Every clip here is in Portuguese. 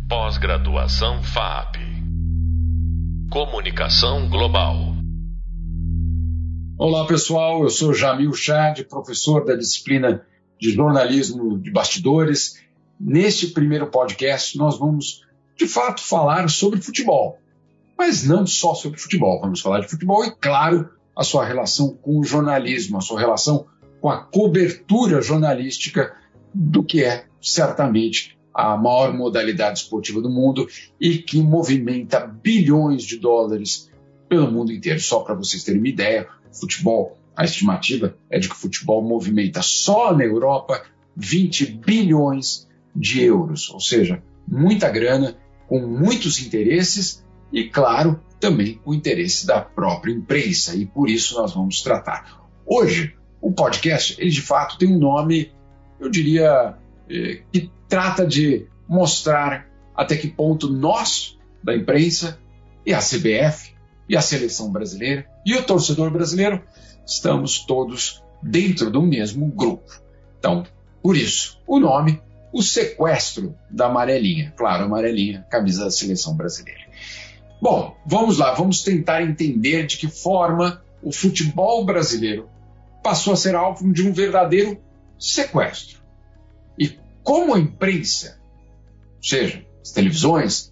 Pós-graduação FAP. Comunicação Global. Olá pessoal, eu sou Jamil Chad, professor da disciplina de jornalismo de bastidores. Neste primeiro podcast nós vamos de fato falar sobre futebol, mas não só sobre futebol. Vamos falar de futebol e, claro, a sua relação com o jornalismo, a sua relação com a cobertura jornalística do que é certamente a maior modalidade esportiva do mundo e que movimenta bilhões de dólares pelo mundo inteiro. Só para vocês terem uma ideia, futebol, a estimativa é de que o futebol movimenta só na Europa 20 bilhões de euros, ou seja, muita grana, com muitos interesses e, claro, também o interesse da própria imprensa, e por isso nós vamos tratar. Hoje, o podcast, ele de fato tem um nome, eu diria, que trata de mostrar até que ponto nós, da imprensa, e a CBF, e a seleção brasileira, e o torcedor brasileiro, estamos todos dentro do mesmo grupo. Então, por isso, o nome, o sequestro da amarelinha. Claro, amarelinha, camisa da seleção brasileira. Bom, vamos lá, vamos tentar entender de que forma o futebol brasileiro passou a ser alvo de um verdadeiro sequestro. E como a imprensa, ou seja, as televisões,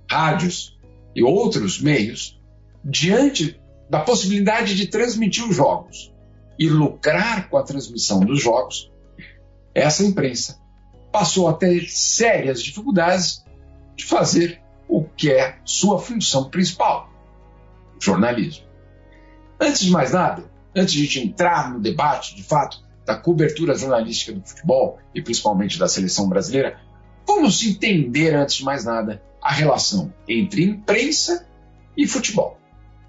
rádios e outros meios, diante da possibilidade de transmitir os jogos e lucrar com a transmissão dos jogos, essa imprensa passou a ter sérias dificuldades de fazer o que é sua função principal, o jornalismo. Antes de mais nada, antes de a gente entrar no debate, de fato, da cobertura jornalística do futebol e principalmente da seleção brasileira, vamos entender, antes de mais nada, a relação entre imprensa e futebol.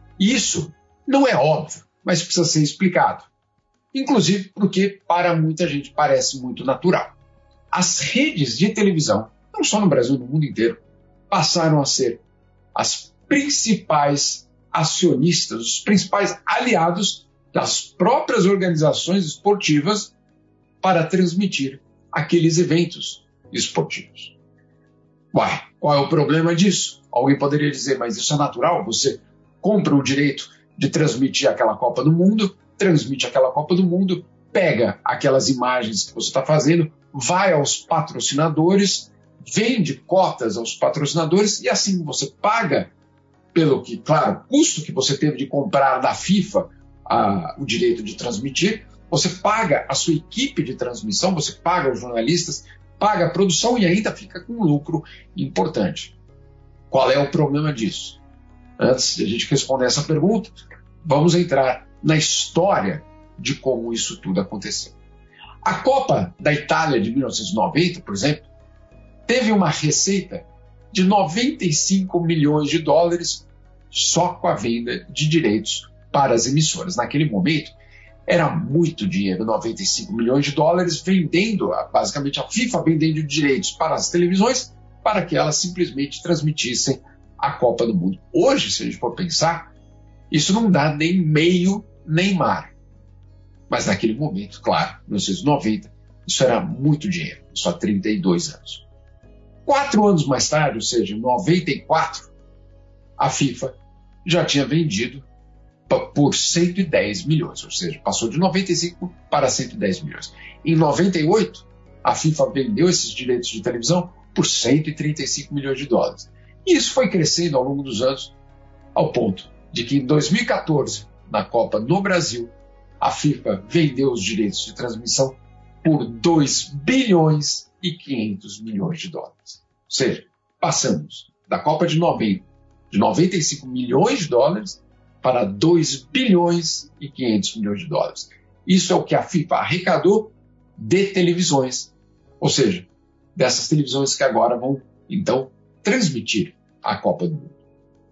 Isso não é óbvio, mas precisa ser explicado. Inclusive porque para muita gente parece muito natural. As redes de televisão, não só no Brasil, no mundo inteiro, passaram a ser as principais acionistas, os principais aliados das próprias organizações esportivas para transmitir aqueles eventos esportivos. Uai, qual é o problema disso? Alguém poderia dizer, mas isso é natural, você compra o direito de transmitir aquela Copa do Mundo, transmite aquela Copa do Mundo, pega aquelas imagens que você está fazendo, vai aos patrocinadores, vende cotas aos patrocinadores e assim você paga pelo que, claro, custo que você teve de comprar da FIFA o direito de transmitir, você paga a sua equipe de transmissão, você paga os jornalistas, paga a produção e ainda fica com um lucro importante. Qual é o problema disso? Antes de a gente responder essa pergunta, vamos entrar na história de como isso tudo aconteceu. A Copa da Itália de 1990, por exemplo, teve uma receita de 95 milhões de dólares só com a venda de direitos para as emissoras. Naquele momento, era muito dinheiro, 95 milhões de dólares, vendendo, basicamente a FIFA vendendo direitos para as televisões para que elas simplesmente transmitissem a Copa do Mundo. Hoje, se a gente for pensar, isso não dá nem meio nem mar. Mas naquele momento, claro, em 1990, isso era muito dinheiro, isso há 32 anos. 4 anos mais tarde, ou seja, em 94, a FIFA já tinha vendido por 110 milhões, ou seja, passou de 95 para 110 milhões. Em 98, a FIFA vendeu esses direitos de televisão por 135 milhões de dólares. E isso foi crescendo ao longo dos anos, ao ponto de que em 2014, na Copa no Brasil, a FIFA vendeu os direitos de transmissão por 2 bilhões e 500 milhões de dólares. Ou seja, passamos da Copa de 90, de 95 milhões de dólares para 2 bilhões e 500 milhões de dólares. Isso é o que a FIFA arrecadou de televisões, ou seja, dessas televisões que agora vão, então, transmitir a Copa do Mundo.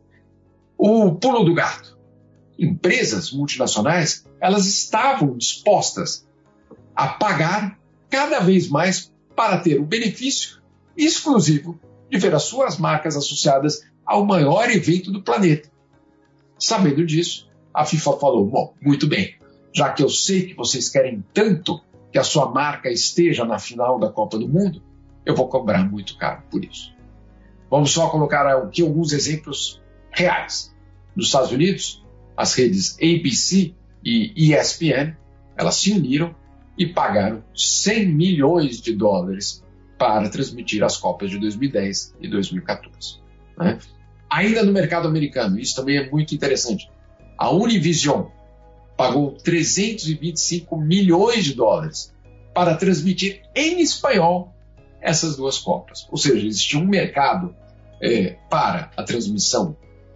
O pulo do gato. Empresas multinacionais, elas estavam dispostas a pagar cada vez mais para ter o benefício exclusivo de ver as suas marcas associadas ao maior evento do planeta. Sabendo disso, a FIFA falou, bom, muito bem, já que eu sei que vocês querem tanto que a sua marca esteja na final da Copa do Mundo, eu vou cobrar muito caro por isso. Vamos só colocar aqui alguns exemplos reais. Nos Estados Unidos, as redes ABC e ESPN, elas se uniram e pagaram 100 milhões de dólares para transmitir as Copas de 2010 e 2014. Né? Ainda no mercado americano, isso também é muito interessante, a Univision pagou 325 milhões de dólares para transmitir em espanhol essas duas Copas. Ou seja, existia um mercado para a transmissão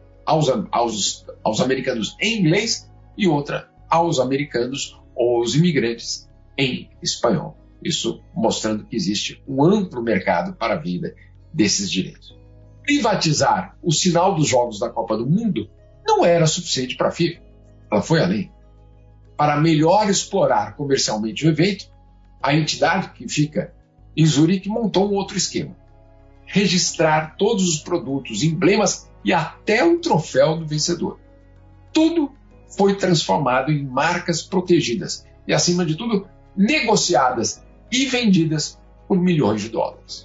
aos americanos em inglês e outra aos americanos ou aos imigrantes em espanhol. Isso mostrando que existe um amplo mercado para a venda desses direitos. Privatizar o sinal dos jogos da Copa do Mundo não era suficiente para a FIFA. Ela foi além. Para melhor explorar comercialmente o evento, a entidade que fica em Zurique montou um outro esquema. Registrar todos os produtos, emblemas e até o troféu do vencedor. Tudo foi transformado em marcas protegidas e, acima de tudo, negociadas e vendidas por milhões de dólares.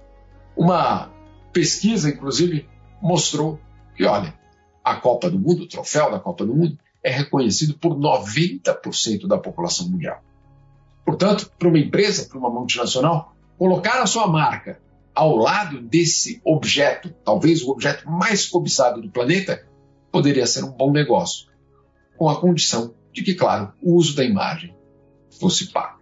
Uma pesquisa, inclusive, mostrou que, olha, a Copa do Mundo, o troféu da Copa do Mundo, é reconhecido por 90% da população mundial. Portanto, para uma empresa, para uma multinacional, colocar a sua marca ao lado desse objeto, talvez o objeto mais cobiçado do planeta, poderia ser um bom negócio, com a condição de que, claro, o uso da imagem fosse pago.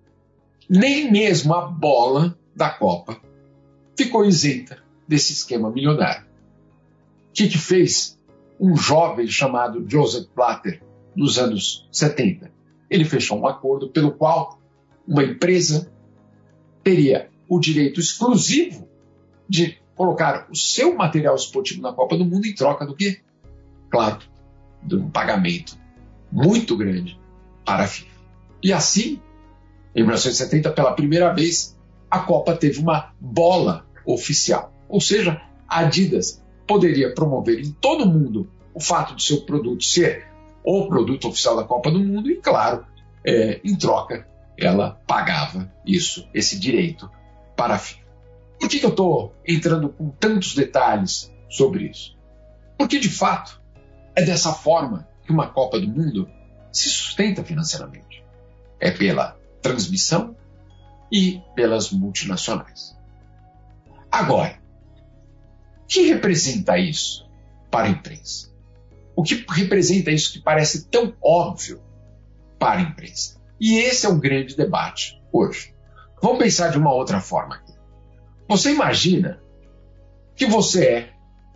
Nem mesmo a bola da Copa ficou isenta desse esquema milionário. O que fez um jovem chamado Joseph Blatter nos anos 70? Ele fechou um acordo pelo qual uma empresa teria o direito exclusivo de colocar o seu material esportivo na Copa do Mundo em troca do quê? Claro, de um pagamento muito grande para a FIFA. E assim, em 1970, pela primeira vez, a Copa teve uma bola oficial. Ou seja, a Adidas poderia promover em todo o mundo o fato de seu produto ser o produto oficial da Copa do Mundo e, claro, em troca, ela pagava esse direito para a FIFA. Por que eu estou entrando com tantos detalhes sobre isso? Porque, de fato, é dessa forma que uma Copa do Mundo se sustenta financeiramente. É pela transmissão e pelas multinacionais. Agora, o que representa isso para a imprensa? O que representa isso que parece tão óbvio para a imprensa? E esse é um grande debate hoje. Vamos pensar de uma outra forma aqui. Você imagina que você é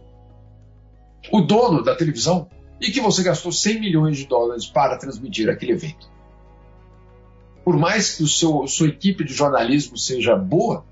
o dono da televisão e que você gastou 100 milhões de dólares para transmitir aquele evento. Por mais que sua equipe de jornalismo seja boa,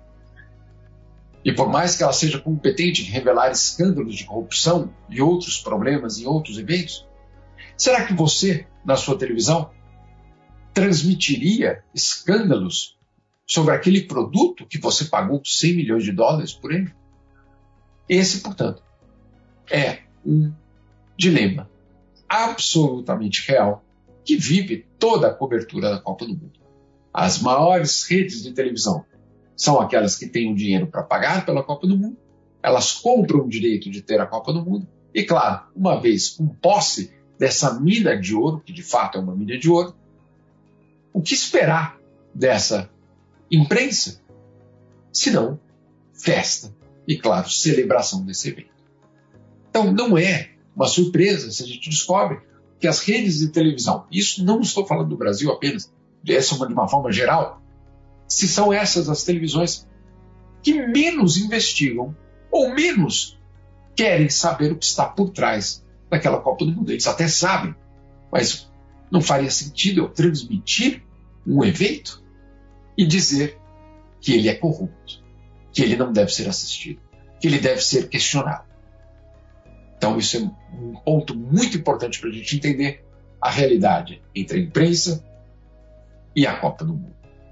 e por mais que ela seja competente em revelar escândalos de corrupção e outros problemas em outros eventos, será que você, na sua televisão, transmitiria escândalos sobre aquele produto que você pagou 100 milhões de dólares por ele? Esse, portanto, é um dilema absolutamente real que vive toda a cobertura da Copa do Mundo. As maiores redes de televisão são aquelas que têm o dinheiro para pagar pela Copa do Mundo, elas compram o direito de ter a Copa do Mundo e, claro, uma vez com posse dessa mina de ouro, que de fato é uma mina de ouro, o que esperar dessa imprensa? Se não, festa e, claro, celebração desse evento. Então, não é uma surpresa se a gente descobre que as redes de televisão, isso não estou falando do Brasil apenas, essa de uma forma geral, se são essas as televisões que menos investigam ou menos querem saber o que está por trás daquela Copa do Mundo. Eles até sabem, mas não faria sentido eu transmitir um evento e dizer que ele é corrupto, que ele não deve ser assistido, que ele deve ser questionado. Então isso é um ponto muito importante para a gente entender a realidade entre a imprensa e a Copa do Mundo.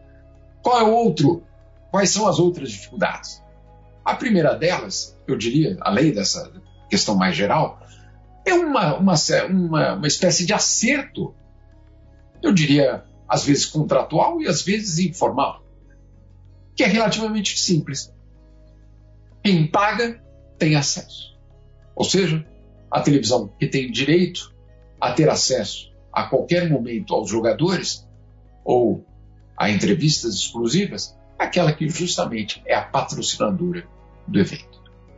Quais são as outras dificuldades? A primeira delas, eu diria, além dessa questão mais geral, é uma espécie de acerto, eu diria, às vezes contratual e às vezes informal, que é relativamente simples. Quem paga tem acesso. Ou seja, a televisão que tem direito a ter acesso a qualquer momento aos jogadores ou a entrevistas exclusivas, aquela que justamente é a patrocinadora do evento.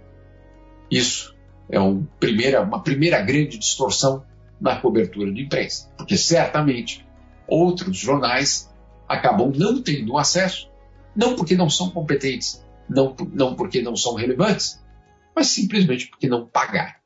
Isso é uma primeira grande distorção na cobertura de imprensa, porque certamente outros jornais acabam não tendo acesso, não porque não são competentes, não porque não são relevantes, mas simplesmente porque não pagaram.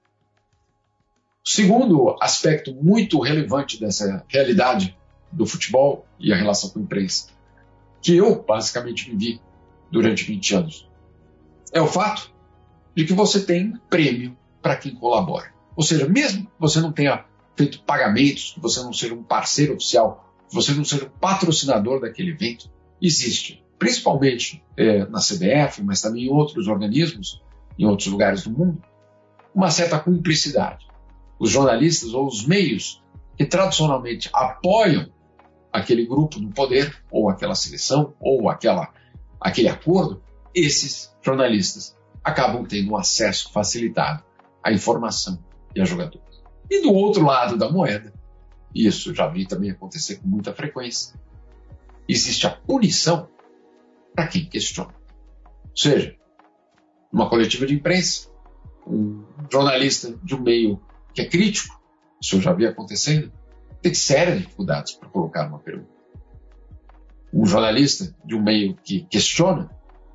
O segundo aspecto muito relevante dessa realidade do futebol e a relação com a imprensa, que eu basicamente vivi durante 20 anos, é o fato de que você tem prêmio para quem colabora. Ou seja, mesmo que você não tenha feito pagamentos, que você não seja um parceiro oficial, que você não seja um patrocinador daquele evento, existe, principalmente na CBF, mas também em outros organismos, em outros lugares do mundo, uma certa cumplicidade. Os jornalistas ou os meios que tradicionalmente apoiam aquele grupo no poder, ou aquela seleção, ou aquele acordo, esses jornalistas acabam tendo um acesso facilitado à informação e a jogadores. E do outro lado da moeda, e isso já vi também acontecer com muita frequência, existe a punição para quem questiona. Ou seja, numa coletiva de imprensa, um jornalista de um meio que é crítico, isso eu já vi acontecendo, tem sérias dificuldades para colocar uma pergunta. Um jornalista de um meio que questiona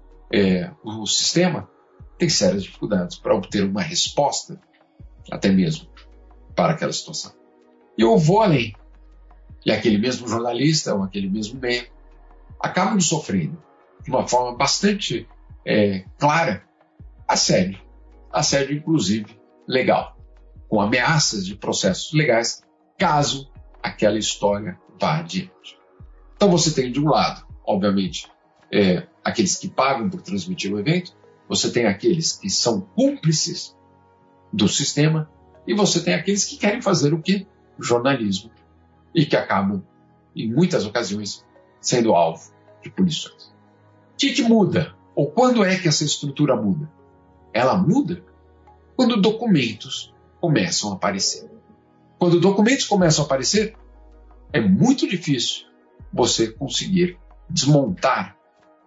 o sistema tem sérias dificuldades para obter uma resposta, até mesmo para aquela situação. E eu vou além. E aquele mesmo jornalista ou aquele mesmo meio acabam sofrendo de uma forma bastante clara assédio inclusive legal, com ameaças de processos legais caso aquela história vá adiante. Então você tem de um lado, obviamente, aqueles que pagam por transmitir o evento, você tem aqueles que são cúmplices do sistema e você tem aqueles que querem fazer o quê? Jornalismo, e que acabam, em muitas ocasiões, sendo alvo de punições. O que muda? Ou quando é que essa estrutura muda? Ela muda quando documentos começam a aparecer. Quando documentos começam a aparecer, é muito difícil você conseguir desmontar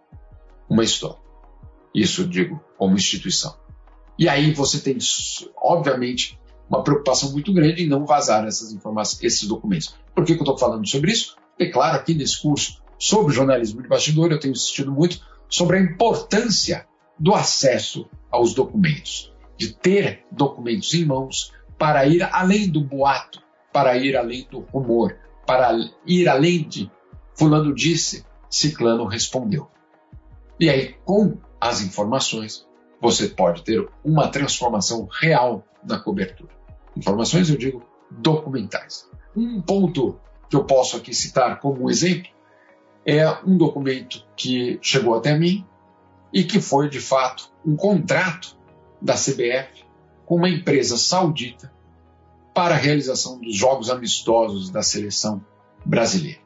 uma história. Isso eu digo como instituição. E aí você tem, obviamente, uma preocupação muito grande em não vazar essas informações, esses documentos. Por que eu estou falando sobre isso? Porque, claro, aqui nesse curso sobre jornalismo de bastidor, eu tenho insistido muito sobre a importância do acesso aos documentos, de ter documentos em mãos para ir além do boato, para ir além do rumor, para ir além de fulano disse, ciclano respondeu. E aí, com as informações, você pode ter uma transformação real na cobertura. Informações, eu digo, documentais. Um ponto que eu posso aqui citar como exemplo é um documento que chegou até mim e que foi, de fato, um contrato da CBF com uma empresa saudita para a realização dos jogos amistosos da seleção brasileira.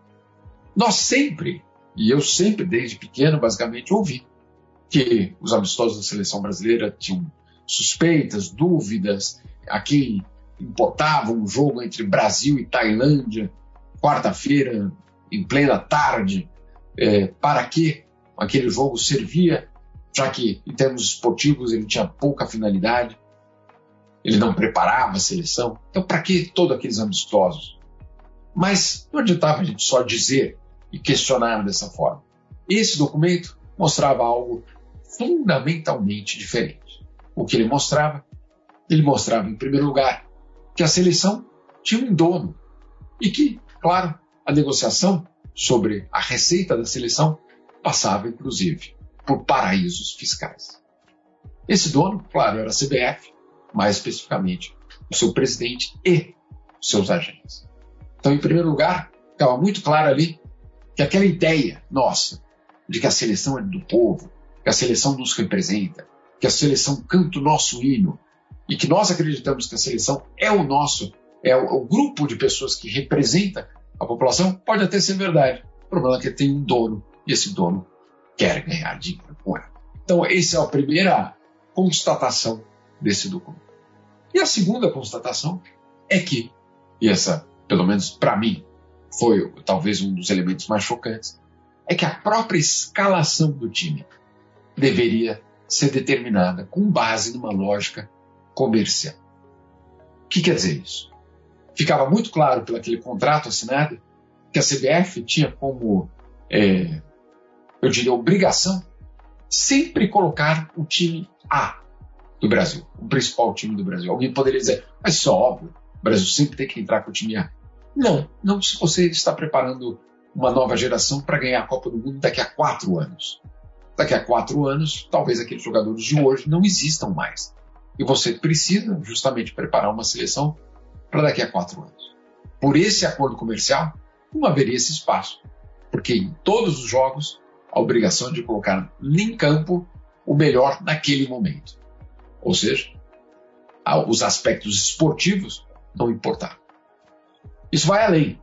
Nós sempre, e eu sempre desde pequeno basicamente ouvi que os amistosos da seleção brasileira tinham suspeitas, dúvidas, a quem importava um jogo entre Brasil e Tailândia, quarta-feira, em plena tarde, para que aquele jogo servia, já que em termos esportivos ele tinha pouca finalidade, ele não preparava a seleção. Então, para que todos aqueles amistosos? Mas não adiantava a gente só dizer e questionar dessa forma. Esse documento mostrava algo fundamentalmente diferente. O que ele mostrava? Ele mostrava, em primeiro lugar, que a seleção tinha um dono e que, claro, a negociação sobre a receita da seleção passava, inclusive, por paraísos fiscais. Esse dono, claro, era a CBF, mais especificamente o seu presidente e seus agentes. Então, em primeiro lugar, ficava muito claro ali que aquela ideia nossa de que a seleção é do povo, que a seleção nos representa, que a seleção canta o nosso hino e que nós acreditamos que a seleção é o grupo de pessoas que representa a população, pode até ser verdade. O problema é que tem um dono e esse dono quer ganhar dinheiro com ela. Então, essa é a primeira constatação desse documento. E a segunda constatação é que, e essa, pelo menos para mim, foi talvez um dos elementos mais chocantes, é que a própria escalação do time deveria ser determinada com base numa lógica comercial. O que quer dizer isso? Ficava muito claro pelo aquele contrato assinado que a CBF tinha como, eu diria, obrigação sempre colocar o time A do Brasil, o principal time do Brasil. Alguém poderia dizer, mas isso é óbvio, o Brasil sempre tem que entrar com o time A. Não se você está preparando uma nova geração para ganhar a Copa do Mundo daqui a 4 anos. Daqui a 4 anos, talvez aqueles jogadores de hoje não existam mais. E você precisa justamente preparar uma seleção para daqui a 4 anos. Por esse acordo comercial, não haveria esse espaço. Porque em todos os jogos, a obrigação é de colocar em campo o melhor naquele momento. Ou seja, os aspectos esportivos não importavam. Isso vai além.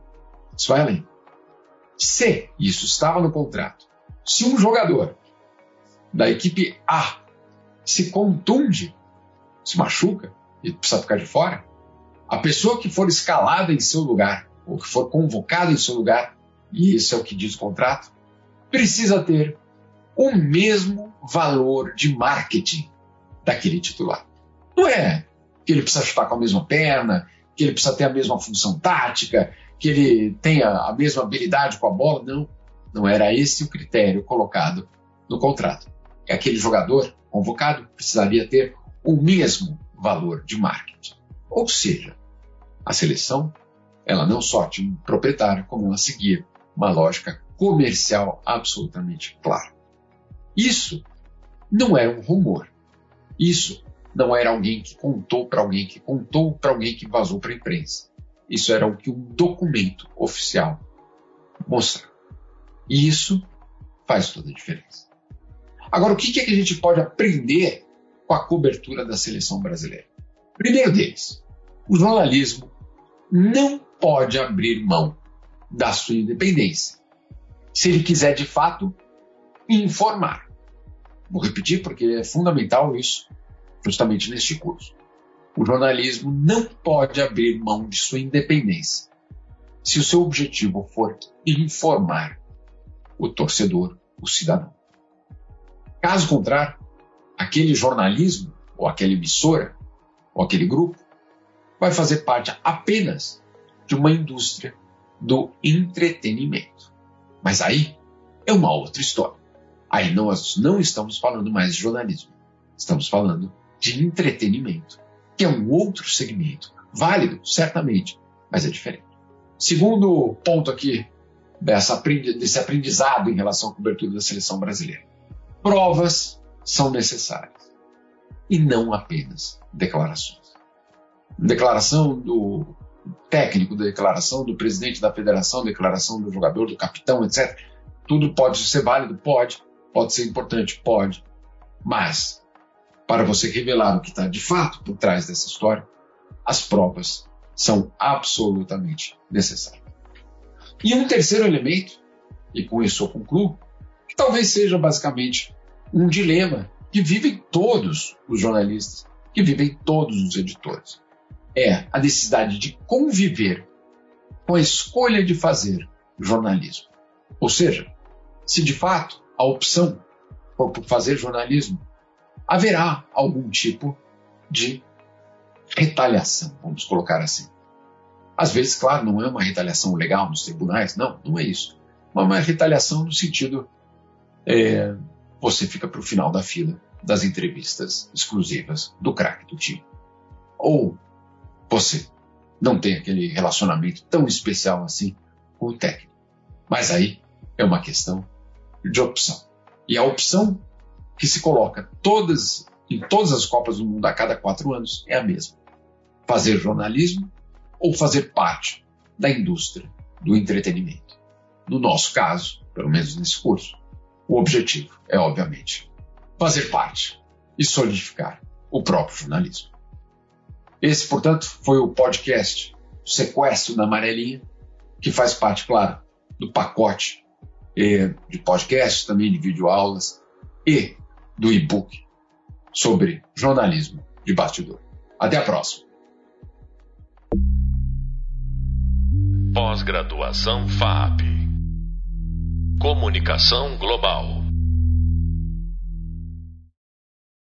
Se isso estava no contrato, se um jogador da equipe A se contunde, se machuca e precisa ficar de fora, a pessoa que for escalada em seu lugar, ou que for convocada em seu lugar, e isso é o que diz o contrato, precisa ter o mesmo valor de marketing daquele titular. Não é que ele precisa chutar com a mesma perna, que ele precisa ter a mesma função tática, que ele tenha a mesma habilidade com a bola. Não era esse o critério colocado no contrato. Aquele jogador convocado precisaria ter o mesmo valor de marketing. Ou seja, a seleção, ela não só tinha um proprietário, como ela seguia uma lógica comercial absolutamente clara. Isso não era um rumor. Isso não era alguém que contou para alguém que contou para alguém que vazou para a imprensa. Isso era o que um documento oficial mostrava. E isso faz toda a diferença. Agora, o que é que a gente pode aprender com a cobertura da seleção brasileira? Primeiro deles, o jornalismo não pode abrir mão da sua independência, se ele quiser, de fato, informar. Vou repetir porque é fundamental isso, justamente neste curso. O jornalismo não pode abrir mão de sua independência, se o seu objetivo for informar o torcedor, o cidadão. Caso contrário, aquele jornalismo, ou aquela emissora, ou aquele grupo, vai fazer parte apenas de uma indústria do entretenimento. Mas aí é uma outra história. Aí nós não estamos falando mais de jornalismo. Estamos falando de entretenimento, que é um outro segmento, válido, certamente, mas é diferente. Segundo ponto aqui desse aprendizado em relação à cobertura da seleção brasileira. Provas são necessárias e não apenas declarações. Declaração do técnico, declaração do presidente da federação, declaração do jogador, do capitão, etc. Tudo pode ser válido? Pode ser importante? Pode. Mas, para você revelar o que está de fato por trás dessa história, as provas são absolutamente necessárias. E um terceiro elemento, e com isso eu concluo, que talvez seja basicamente um dilema que vivem todos os jornalistas, que vivem todos os editores. É a necessidade de conviver com a escolha de fazer jornalismo. Ou seja, se de fato a opção for por fazer jornalismo, haverá algum tipo de retaliação, vamos colocar assim. Às vezes, claro, não é uma retaliação legal nos tribunais, não é isso. Mas uma retaliação no sentido, você fica para o final da fila das entrevistas exclusivas do craque do time. Ou você não tem aquele relacionamento tão especial assim com o técnico. Mas aí é uma questão de opção. E a opção que se coloca em todas as Copas do Mundo a cada 4 anos é a mesma. Fazer jornalismo ou fazer parte da indústria do entretenimento. No nosso caso, pelo menos nesse curso, o objetivo é, obviamente, fazer parte e solidificar o próprio jornalismo. Esse, portanto, foi o podcast Sequestro da Amarelinha, que faz parte, claro, do pacote de podcasts, também de videoaulas e do e-book sobre jornalismo de bastidor. Até a próxima. Pós-graduação FAP. Comunicação Global.